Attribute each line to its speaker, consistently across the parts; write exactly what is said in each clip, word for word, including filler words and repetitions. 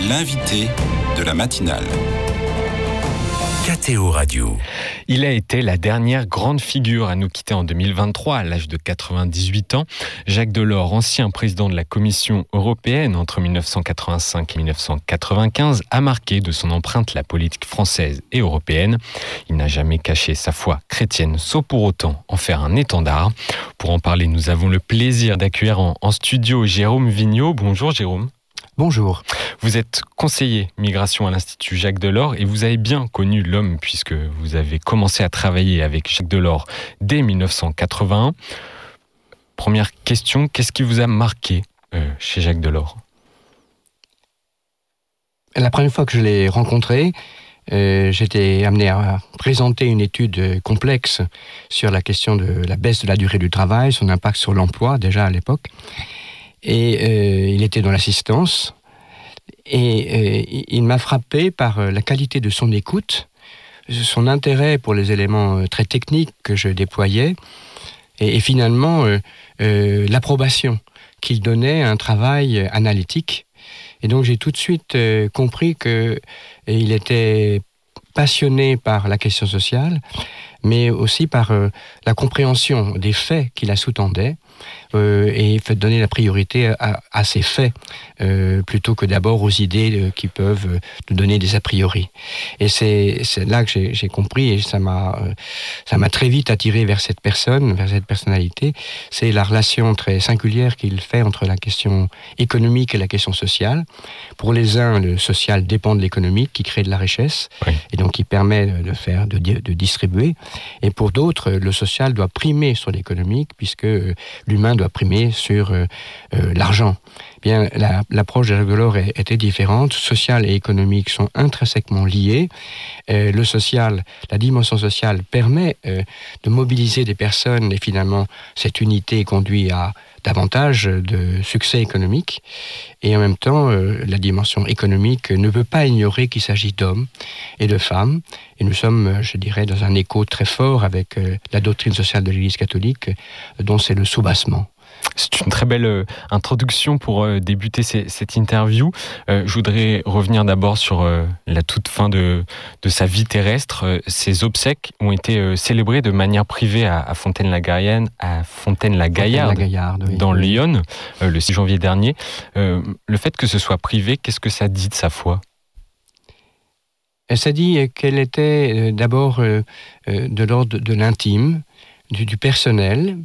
Speaker 1: L'invité de la matinale.
Speaker 2: K T O Radio.
Speaker 3: Il a été la dernière grande figure à nous quitter en deux mille vingt-trois, à l'âge de quatre-vingt-dix-huit ans. Jacques Delors, ancien président de la Commission européenne entre mille neuf cent quatre-vingt-cinq et mille neuf cent quatre-vingt-quinze, a marqué de son empreinte la politique française et européenne. Il n'a jamais caché sa foi chrétienne, sauf pour autant en faire un étendard. Pour en parler, nous avons le plaisir d'accueillir en, en studio Jérôme Vigneault. Bonjour Jérôme.
Speaker 4: Bonjour.
Speaker 3: Vous êtes conseiller migration à l'Institut Jacques Delors et vous avez bien connu l'homme puisque vous avez commencé à travailler avec Jacques Delors dès mille neuf cent quatre-vingt-un. Première question, qu'est-ce qui vous a marqué euh, chez Jacques Delors ?
Speaker 4: La première fois que je l'ai rencontré, euh, j'étais amené à présenter une étude complexe sur la question de la baisse de la durée du travail, son impact sur l'emploi déjà à l'époque. Et euh, il était dans l'assistance et euh, il m'a frappé par la qualité de son écoute, son intérêt pour les éléments très techniques que je déployais et, et finalement euh, euh, l'approbation qu'il donnait à un travail analytique. Et donc j'ai tout de suite euh, compris qu'il était passionné par la question sociale, mais aussi par euh, la compréhension des faits qui la sous-tendaient, euh, et fait donner la priorité à, à ces faits, euh, plutôt que d'abord aux idées euh, qui peuvent euh, nous donner des a priori. Et c'est, c'est là que j'ai, j'ai compris, et ça m'a, euh, ça m'a très vite attiré vers cette personne, vers cette personnalité, c'est la relation très singulière qu'il fait entre la question économique et la question sociale. Pour les uns, le social dépend de l'économique, qui crée de la richesse, oui. Et donc qui permet de faire, de, de distribuer. Et pour d'autres, le social doit primer sur l'économique, puisque l'humain doit primer sur euh, euh, l'argent. Bien, la, l'approche de Jacques Delors était différente. Social et économique sont intrinsèquement liés. Euh, le social, la dimension sociale permet euh, de mobiliser des personnes, et finalement, cette unité conduit à davantage de succès économique. Et en même temps, euh, la dimension économique ne peut pas ignorer qu'il s'agit d'hommes et de femmes. Et nous sommes, je dirais, dans un écho très fort avec euh, la doctrine sociale de l'Église catholique, euh, dont c'est le soubassement.
Speaker 3: C'est une très belle euh, introduction pour euh, débuter ces, cette interview. Euh, je voudrais revenir d'abord sur euh, la toute fin de, de sa vie terrestre. Euh, ses obsèques ont été euh, célébrées de manière privée à, à Fontaine-la-Gaillarde, à Fontaine-la-Gaillarde, Fontaine-la-Gaillarde oui. Dans l'Yonne, euh, le six janvier dernier. Euh, le fait que ce soit privé, qu'est-ce que ça dit de sa foi ?
Speaker 4: Ça dit qu'elle était euh, d'abord euh, euh, de l'ordre de l'intime, du, du personnel,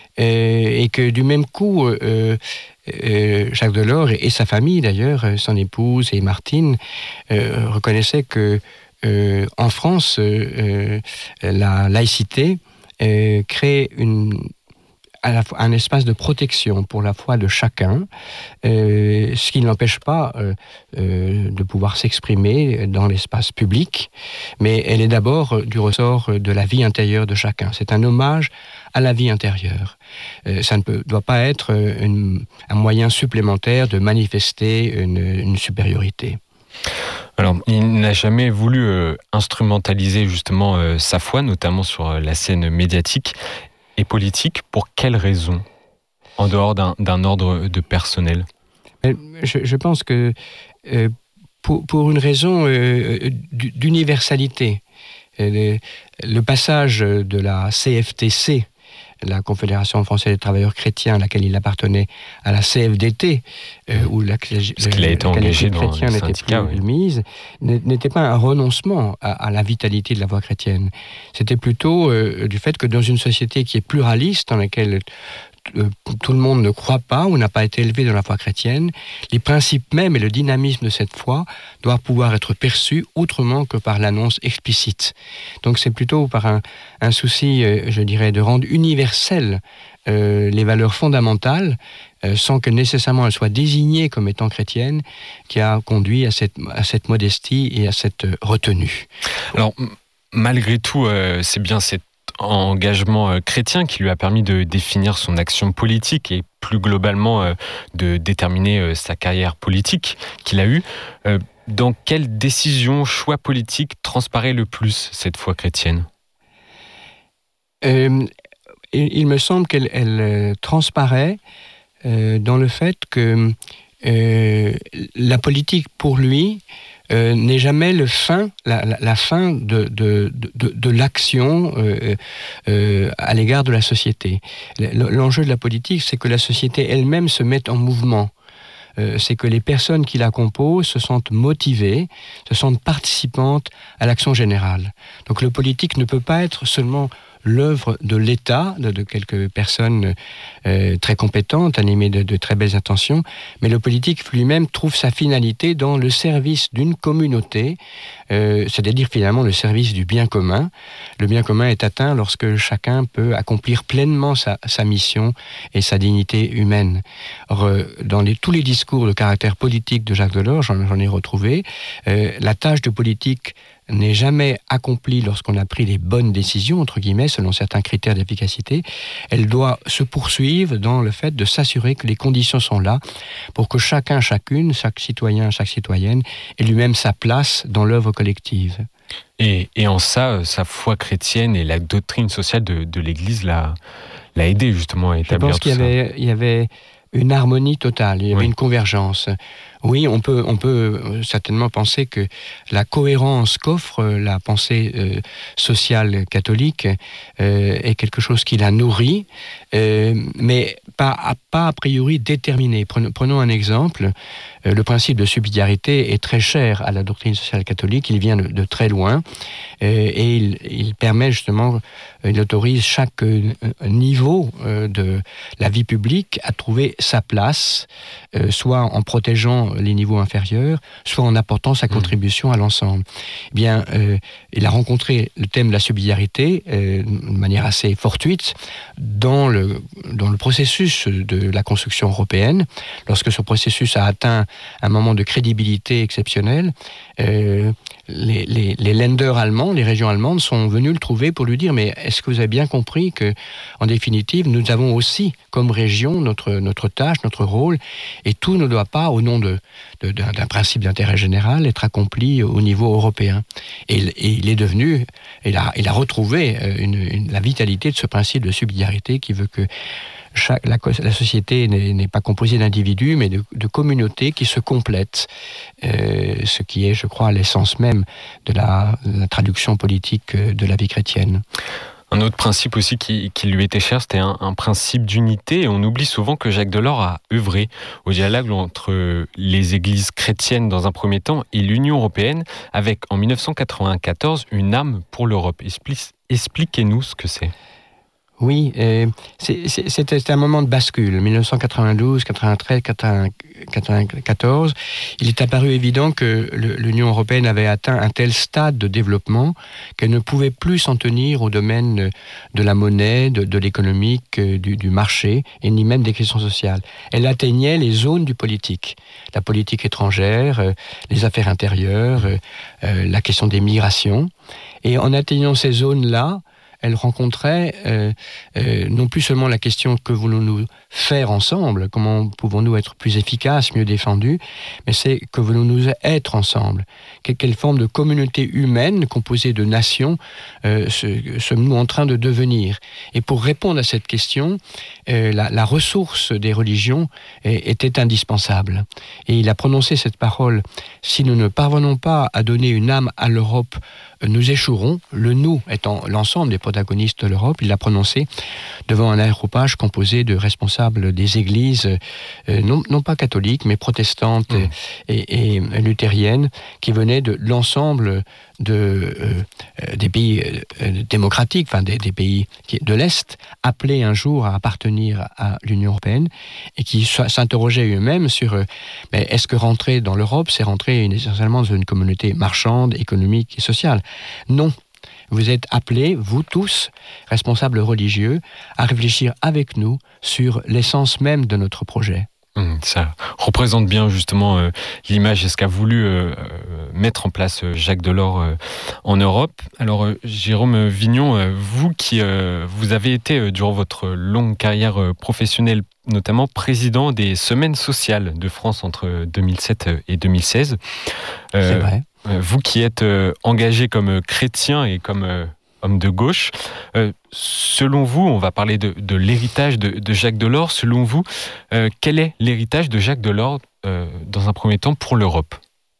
Speaker 4: et que du même coup, euh, euh, Jacques Delors et, et sa famille d'ailleurs, son épouse et Martine, euh, reconnaissaient que euh, en France, euh, la laïcité euh, crée une à la fois un espace de protection pour la foi de chacun, euh, ce qui ne l'empêche pas euh, euh, de pouvoir s'exprimer dans l'espace public, mais elle est d'abord du ressort de la vie intérieure de chacun. C'est un hommage à la vie intérieure. Euh, ça ne peut, doit pas être une, un moyen supplémentaire de manifester une, une supériorité.
Speaker 3: Alors, il n'a jamais voulu euh, instrumentaliser justement euh, sa foi, notamment sur euh, la scène médiatique et politique. Pour quelles raisons, en dehors d'un, d'un ordre de personnel ?
Speaker 4: je, je pense que euh, pour, pour une raison euh, d'universalité, euh, le passage de la C F T C, la Confédération française des travailleurs chrétiens, à laquelle il appartenait, à la C F D T, euh, où la,
Speaker 3: la qualité chrétienne
Speaker 4: n'était plus oui. mise, n'était pas un renoncement à, à la vitalité de la foi chrétienne. C'était plutôt euh, du fait que dans une société qui est pluraliste, dans laquelle euh, tout le monde ne croit pas ou n'a pas été élevé dans la foi chrétienne, les principes mêmes et le dynamisme de cette foi doivent pouvoir être perçus autrement que par l'annonce explicite. Donc c'est plutôt par un, un souci, euh, je dirais, de rendre universelles euh, les valeurs fondamentales, euh, sans que nécessairement elles soient désignées comme étant chrétiennes, qui a conduit à cette, à cette modestie et à cette retenue.
Speaker 3: Alors, m- malgré tout, euh, c'est bien cette engagement chrétien qui lui a permis de définir son action politique et plus globalement euh, de déterminer euh, sa carrière politique qu'il a eue. Euh, dans quelle décision, choix politique transparaît le plus cette foi chrétienne ?
Speaker 4: euh, il, il me semble qu'elle elle, transparaît euh, dans le fait que euh, la politique pour lui euh, n'est jamais le fin, la, la, la fin de, de, de, de l'action euh, euh, à l'égard de la société. L'enjeu de la politique, c'est que la société elle-même se mette en mouvement. Euh, c'est que les personnes qui la composent se sentent motivées, se sentent participantes à l'action générale. Donc le politique ne peut pas être seulement l'œuvre de l'État, de, de quelques personnes euh, très compétentes, animées de, de très belles intentions, mais le politique lui-même trouve sa finalité dans le service d'une communauté, euh, c'est-à-dire finalement le service du bien commun. Le bien commun est atteint lorsque chacun peut accomplir pleinement sa, sa mission et sa dignité humaine. Or, euh, dans les, tous les discours de caractère politique de Jacques Delors, j'en, j'en ai retrouvé, euh, la tâche de politique n'est jamais accomplie lorsqu'on a pris les bonnes décisions, entre guillemets, selon certains critères d'efficacité. Elle doit se poursuivre dans le fait de s'assurer que les conditions sont là pour que chacun, chacune, chaque citoyen, chaque citoyenne ait lui-même sa place dans l'œuvre collective.
Speaker 3: Et, et en ça, sa foi chrétienne et la doctrine sociale de, de l'Église l'a, l'a aidé justement à établir
Speaker 4: Je pense qu'il y avait, il y avait une harmonie totale, il y avait oui. une convergence. Oui, on peut, on peut certainement penser que la cohérence qu'offre la pensée euh, sociale catholique euh, est quelque chose qui la nourrit, euh, mais pas, pas a priori déterminé. Prenons, prenons un exemple. Euh, le principe de subsidiarité est très cher à la doctrine sociale catholique. Il vient de, de très loin euh, et il, il permet justement, il autorise chaque euh, niveau euh, de la vie publique à trouver sa place, euh, soit en protégeant les niveaux inférieurs, soit en apportant sa contribution mmh. à l'ensemble. Eh bien, euh, il a rencontré le thème de la subsidiarité euh, de manière assez fortuite dans le, dans le processus de la construction européenne. Lorsque ce processus a atteint un moment de crédibilité exceptionnel, euh, les, les, les lenders allemands, les régions allemandes sont venus le trouver pour lui dire « Mais est-ce que vous avez bien compris que, en définitive, nous avons aussi, comme région, notre, notre tâche, notre rôle, et tout ne doit pas, au nom de, de, d'un, d'un principe d'intérêt général, être accompli au niveau européen. » Et, et il est devenu, il a, il a retrouvé une, une, la vitalité de ce principe de subsidiarité qui veut que Chaque, la, la société n'est, n'est pas composée d'individus, mais de, de communautés qui se complètent, euh, ce qui est, je crois, l'essence même de la, de la traduction politique de la vie chrétienne.
Speaker 3: Un autre principe aussi qui, qui lui était cher, c'était un, un principe d'unité. Et on oublie souvent que Jacques Delors a œuvré au dialogue entre les églises chrétiennes dans un premier temps et l'Union européenne, avec en dix-neuf cent quatre-vingt-quatorze une âme pour l'Europe. Expli- expliquez-nous ce que c'est.
Speaker 4: Oui, euh, c'est, c'est, c'était un moment de bascule, dix-neuf cent quatre-vingt-douze, quatre-vingt-treize, quatre-vingt-quatorze. Il est apparu évident que le, l'Union européenne avait atteint un tel stade de développement qu'elle ne pouvait plus s'en tenir au domaine de la monnaie, de, de l'économique, du, du marché, et ni même des questions sociales. Elle atteignait les zones du politique. La politique étrangère, euh, les affaires intérieures, euh, la question des migrations. Et en atteignant ces zones-là, elle rencontrait euh, euh, non plus seulement la question que voulons-nous faire ensemble, comment pouvons-nous être plus efficaces, mieux défendus, mais c'est que voulons-nous être ensemble. Que, quelle forme de communauté humaine composée de nations euh, sommes-nous en train de devenir? Et pour répondre à cette question, euh, la, la ressource des religions est, était indispensable. Et il a prononcé cette parole: si nous ne parvenons pas à donner une âme à l'Europe, nous échouerons, le nous étant l'ensemble des protagonistes de l'Europe. Il l'a prononcé devant un aréopage composé de responsables des églises, euh, non, non pas catholiques, mais protestantes mmh. et, et luthériennes, qui venaient de l'ensemble de, euh, des pays euh, démocratiques, enfin des, des pays de l'Est, appelés un jour à appartenir à l'Union européenne, et qui s'interrogeaient eux-mêmes sur euh, mais est-ce que rentrer dans l'Europe, c'est rentrer essentiellement dans une communauté marchande, économique et sociale? Non. Vous êtes appelés, vous tous, responsables religieux, à réfléchir avec nous sur l'essence même de notre projet.
Speaker 3: Mmh, ça représente bien justement euh, l'image et ce qu'a voulu euh, mettre en place euh, Jacques Delors euh, en Europe. Alors euh, Jérôme Vignon, euh, vous qui euh, vous avez été euh, durant votre longue carrière euh, professionnelle, notamment président des Semaines sociales de France entre deux mille sept et deux mille seize.
Speaker 4: Euh, C'est vrai.
Speaker 3: Vous qui êtes euh, engagé comme chrétien et comme euh, homme de gauche, euh, selon vous, on va parler de, de l'héritage de, de Jacques Delors, selon vous, euh, quel est l'héritage de Jacques Delors euh, dans un premier temps, pour l'Europe ?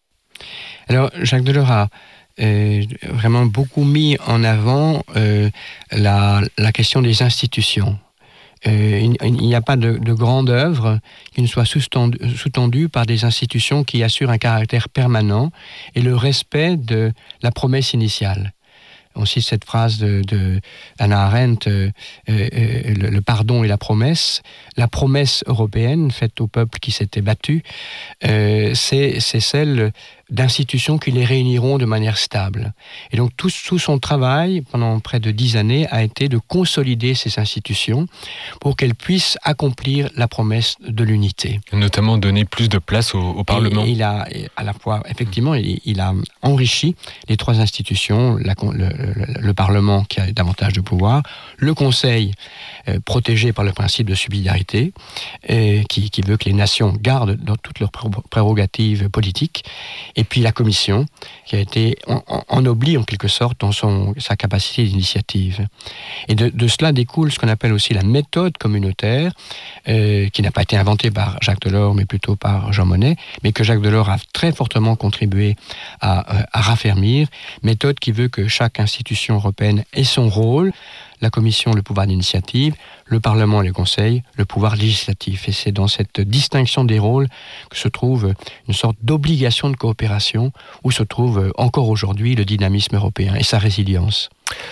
Speaker 4: Alors, Jacques Delors a euh, vraiment beaucoup mis en avant euh, la, la question des institutions. Euh, il, il n'y a pas de, de grande œuvre qui ne soit sous-tendue, sous-tendue par des institutions qui assurent un caractère permanent et le respect de la promesse initiale. On cite cette phrase de, de Hannah Arendt, euh, euh, le, le pardon et la promesse. La promesse européenne faite au peuple qui s'était battu, euh, c'est, c'est celle d'institutions qui les réuniront de manière stable. Et donc tout, tout son travail, pendant près de dix années, a été de consolider ces institutions pour qu'elles puissent accomplir la promesse de l'unité.
Speaker 3: Notamment donner plus de place au, au Parlement.
Speaker 4: Et il a, à la fois, effectivement, il, il a enrichi les trois institutions, la, le, le, le Parlement qui a davantage de pouvoir, le Conseil euh, protégé par le principe de subsidiarité, euh, qui, qui veut que les nations gardent dans toutes leurs prérogatives politiques, et puis la Commission, qui a été ennoblie en quelque sorte dans son, sa capacité d'initiative. Et de, de cela découle ce qu'on appelle aussi la méthode communautaire, euh, qui n'a pas été inventée par Jacques Delors, mais plutôt par Jean Monnet, mais que Jacques Delors a très fortement contribué à, à raffermir. Méthode qui veut que chaque institution européenne ait son rôle, la Commission, le pouvoir d'initiative, le Parlement et le Conseil, le pouvoir législatif. Et c'est dans cette distinction des rôles que se trouve une sorte d'obligation de coopération, où se trouve encore aujourd'hui le dynamisme européen et sa résilience.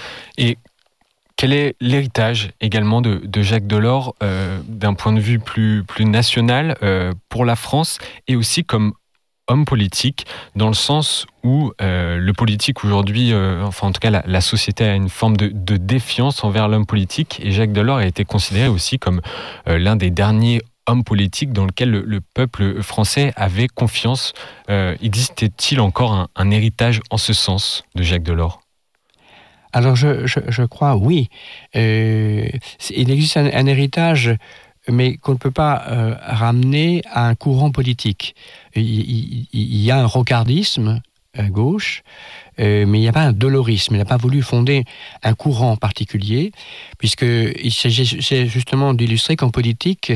Speaker 3: Et quel est l'héritage également de, de Jacques Delors, euh, d'un point de vue plus, plus national, euh, pour la France, et aussi comme homme politique, dans le sens où euh, le politique aujourd'hui, euh, enfin en tout cas la, la société a une forme de, de défiance envers l'homme politique, et Jacques Delors a été considéré aussi comme euh, l'un des derniers hommes politiques dans lequel le, le peuple français avait confiance. Euh, existait-il encore un, un héritage en ce sens de Jacques Delors ?
Speaker 4: Alors je, je, je crois oui. Euh, il existe un, un héritage, mais qu'on ne peut pas euh, ramener à un courant politique. Il, il, il y a un rocardisme à gauche, euh, mais il n'y a pas un dolorisme. Il n'a pas voulu fonder un courant particulier, puisqu'il s'agit justement d'illustrer qu'en politique,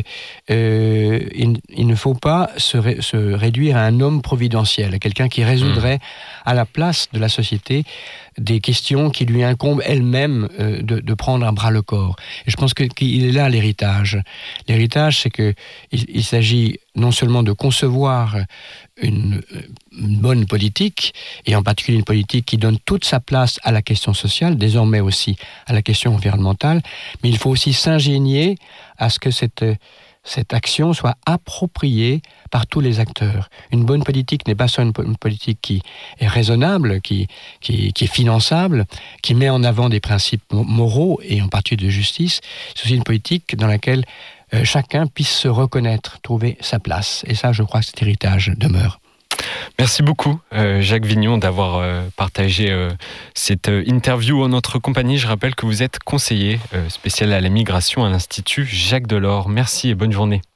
Speaker 4: euh, il, il ne faut pas se, ré, se réduire à un homme providentiel, à quelqu'un qui résoudrait mmh. à la place de la société des questions qui lui incombent elles-mêmes euh, de, de prendre à bras le corps. Et je pense que, qu'il est là l'héritage. L'héritage, c'est qu'il il s'agit non seulement de concevoir une, une bonne politique, et en particulier une politique qui donne toute sa place à la question sociale, désormais aussi à la question environnementale, mais il faut aussi s'ingénier à ce que cette, cette action soit appropriée par tous les acteurs. Une bonne politique n'est pas seulement une politique qui est raisonnable, qui, qui, qui est finançable, qui met en avant des principes moraux, et en particulier de justice. C'est aussi une politique dans laquelle euh, chacun puisse se reconnaître, trouver sa place. Et ça, je crois que cet héritage demeure.
Speaker 3: Merci beaucoup, euh, Jacques Vignon, d'avoir euh, partagé euh, cette euh, interview en notre compagnie. Je rappelle que vous êtes conseiller euh, spécial à la migration à l'Institut Jacques Delors. Merci et bonne journée.